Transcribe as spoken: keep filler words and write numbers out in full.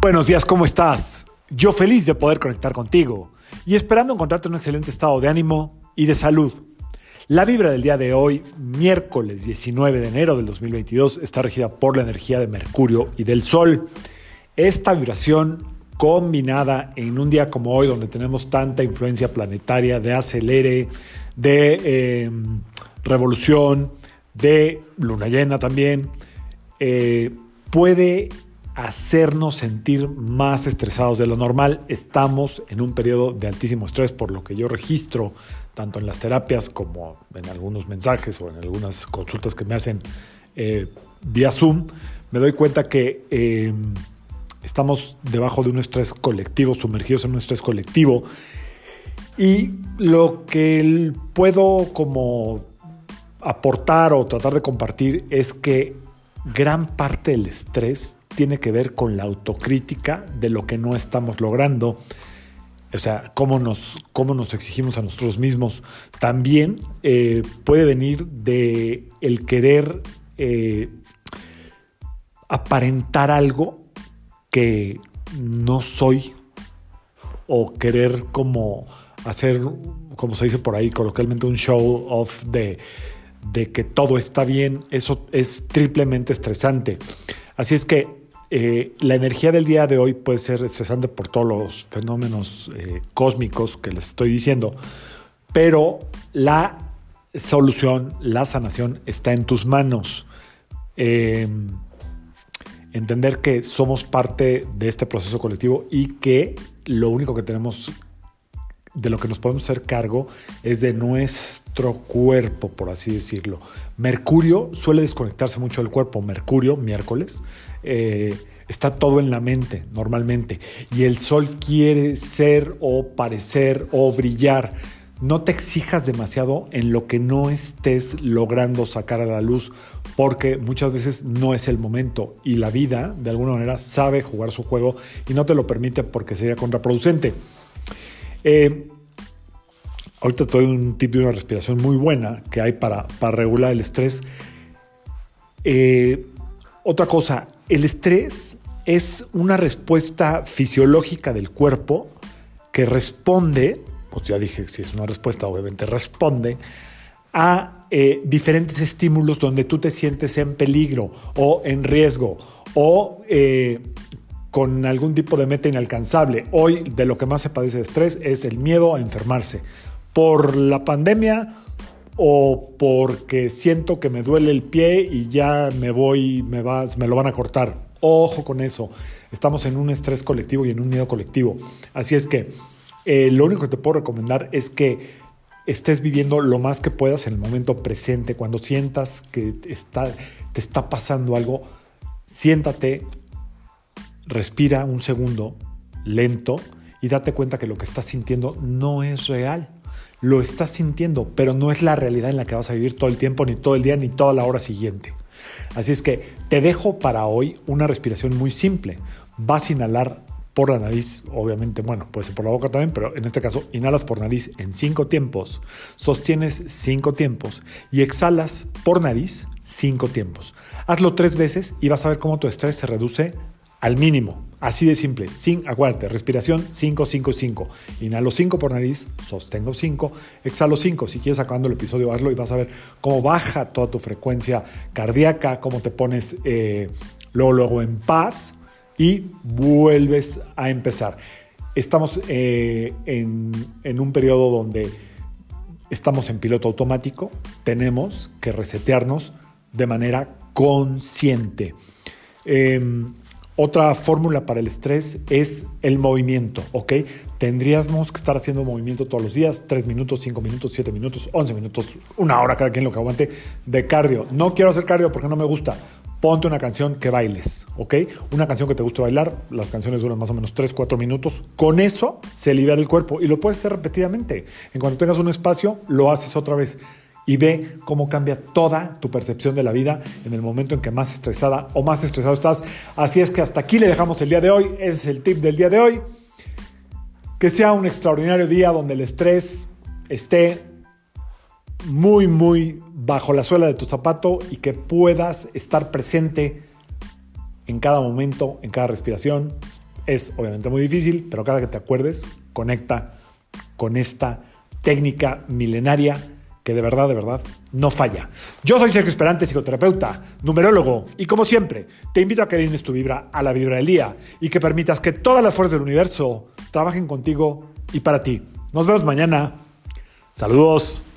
Buenos días, ¿cómo estás? Yo feliz de poder conectar contigo y esperando encontrarte en un excelente estado de ánimo y de salud. La vibra del día de hoy, miércoles diecinueve de enero del dos mil veintidós, está regida por la energía de Mercurio y del Sol. Esta vibración combinada en un día como hoy, donde tenemos tanta influencia planetaria de acelere, de eh, revolución, de luna llena también, eh, puede hacernos sentir más estresados de lo normal. Estamos en un periodo de altísimo estrés, por lo que yo registro, tanto en las terapias como en algunos mensajes o en algunas consultas que me hacen eh, vía Zoom. Me doy cuenta que eh, estamos debajo de un estrés colectivo, sumergidos en un estrés colectivo. Y lo que puedo como aportar o tratar de compartir es que gran parte del estrés tiene que ver con la autocrítica de lo que no estamos logrando, o sea, cómo nos, cómo nos exigimos a nosotros mismos. También eh, puede venir de el querer eh, aparentar algo que no soy, o querer como hacer, como se dice por ahí coloquialmente, un show off de, de que todo está bien. Eso es triplemente estresante. Así es que Eh, la energía del día de hoy puede ser estresante por todos los fenómenos eh, cósmicos que les estoy diciendo, pero la solución, la sanación está en tus manos. Eh, entender que somos parte de este proceso colectivo y que lo único que tenemos, de lo que nos podemos hacer cargo, es de nuestro cuerpo, por así decirlo. Mercurio suele desconectarse mucho del cuerpo. Mercurio, miércoles, eh, está todo en la mente normalmente, y el Sol quiere ser o parecer o brillar. No te exijas demasiado en lo que no estés logrando sacar a la luz, porque muchas veces no es el momento y la vida de alguna manera sabe jugar su juego y no te lo permite, porque sería contraproducente. Eh, ahorita te doy un tip de una respiración muy buena que hay para, para regular el estrés. Eh, otra cosa, el estrés es una respuesta fisiológica del cuerpo que responde, pues ya dije, si es una respuesta, obviamente responde a eh, diferentes estímulos donde tú te sientes en peligro o en riesgo o eh, con algún tipo de meta inalcanzable. Hoy de lo que más se padece de estrés es el miedo a enfermarse por la pandemia o porque siento que me duele el pie y ya me voy, me, va, me lo van a cortar. Ojo con eso. Estamos en un estrés colectivo y en un miedo colectivo. Así es que eh, lo único que te puedo recomendar es que estés viviendo lo más que puedas en el momento presente. Cuando sientas que está, te está pasando algo, siéntate, respira un segundo lento y date cuenta que lo que estás sintiendo no es real. Lo estás sintiendo, pero no es la realidad en la que vas a vivir todo el tiempo, ni todo el día, ni toda la hora siguiente. Así es que te dejo para hoy una respiración muy simple. Vas a inhalar por la nariz, obviamente, bueno, puede ser por la boca también, pero en este caso inhalas por nariz en cinco tiempos, sostienes cinco tiempos y exhalas por nariz cinco tiempos. Hazlo tres veces y vas a ver cómo tu estrés se reduce al mínimo. Así de simple. Sin, acuérdate, respiración cinco, cinco, cinco. Inhalo cinco por nariz, sostengo cinco, exhalo cinco. Si quieres, acabando el episodio, hazlo y vas a ver cómo baja toda tu frecuencia cardíaca, cómo te pones eh, luego, luego en paz y vuelves a empezar. Estamos eh, en, en un periodo donde estamos en piloto automático. Tenemos que resetearnos de manera consciente. Eh, Otra fórmula para el estrés es el movimiento, ¿ok? Tendríamos que estar haciendo movimiento todos los días, tres minutos, cinco minutos, siete minutos, once minutos, una hora, cada quien lo que aguante, de cardio. No quiero hacer cardio porque no me gusta. Ponte una canción que bailes, ¿ok? Una canción que te guste bailar. Las canciones duran más o menos tres, cuatro minutos. Con eso se libera el cuerpo y lo puedes hacer repetidamente. En cuanto tengas un espacio, lo haces otra vez. Y ve cómo cambia toda tu percepción de la vida en el momento en que más estresada o más estresado estás. Así es que hasta aquí le dejamos el día de hoy. Ese es el tip del día de hoy. Que sea un extraordinario día donde el estrés esté muy, muy bajo la suela de tu zapato y que puedas estar presente en cada momento, en cada respiración, Es obviamente muy difícil, pero cada que te acuerdes, conecta con esta técnica milenaria que de verdad, de verdad, no falla. Yo soy Sergio Esperante, psicoterapeuta, numerólogo, y como siempre, te invito a que alines tu vibra a la vibra del día y que permitas que todas las fuerzas del universo trabajen contigo y para ti. Nos vemos mañana. Saludos.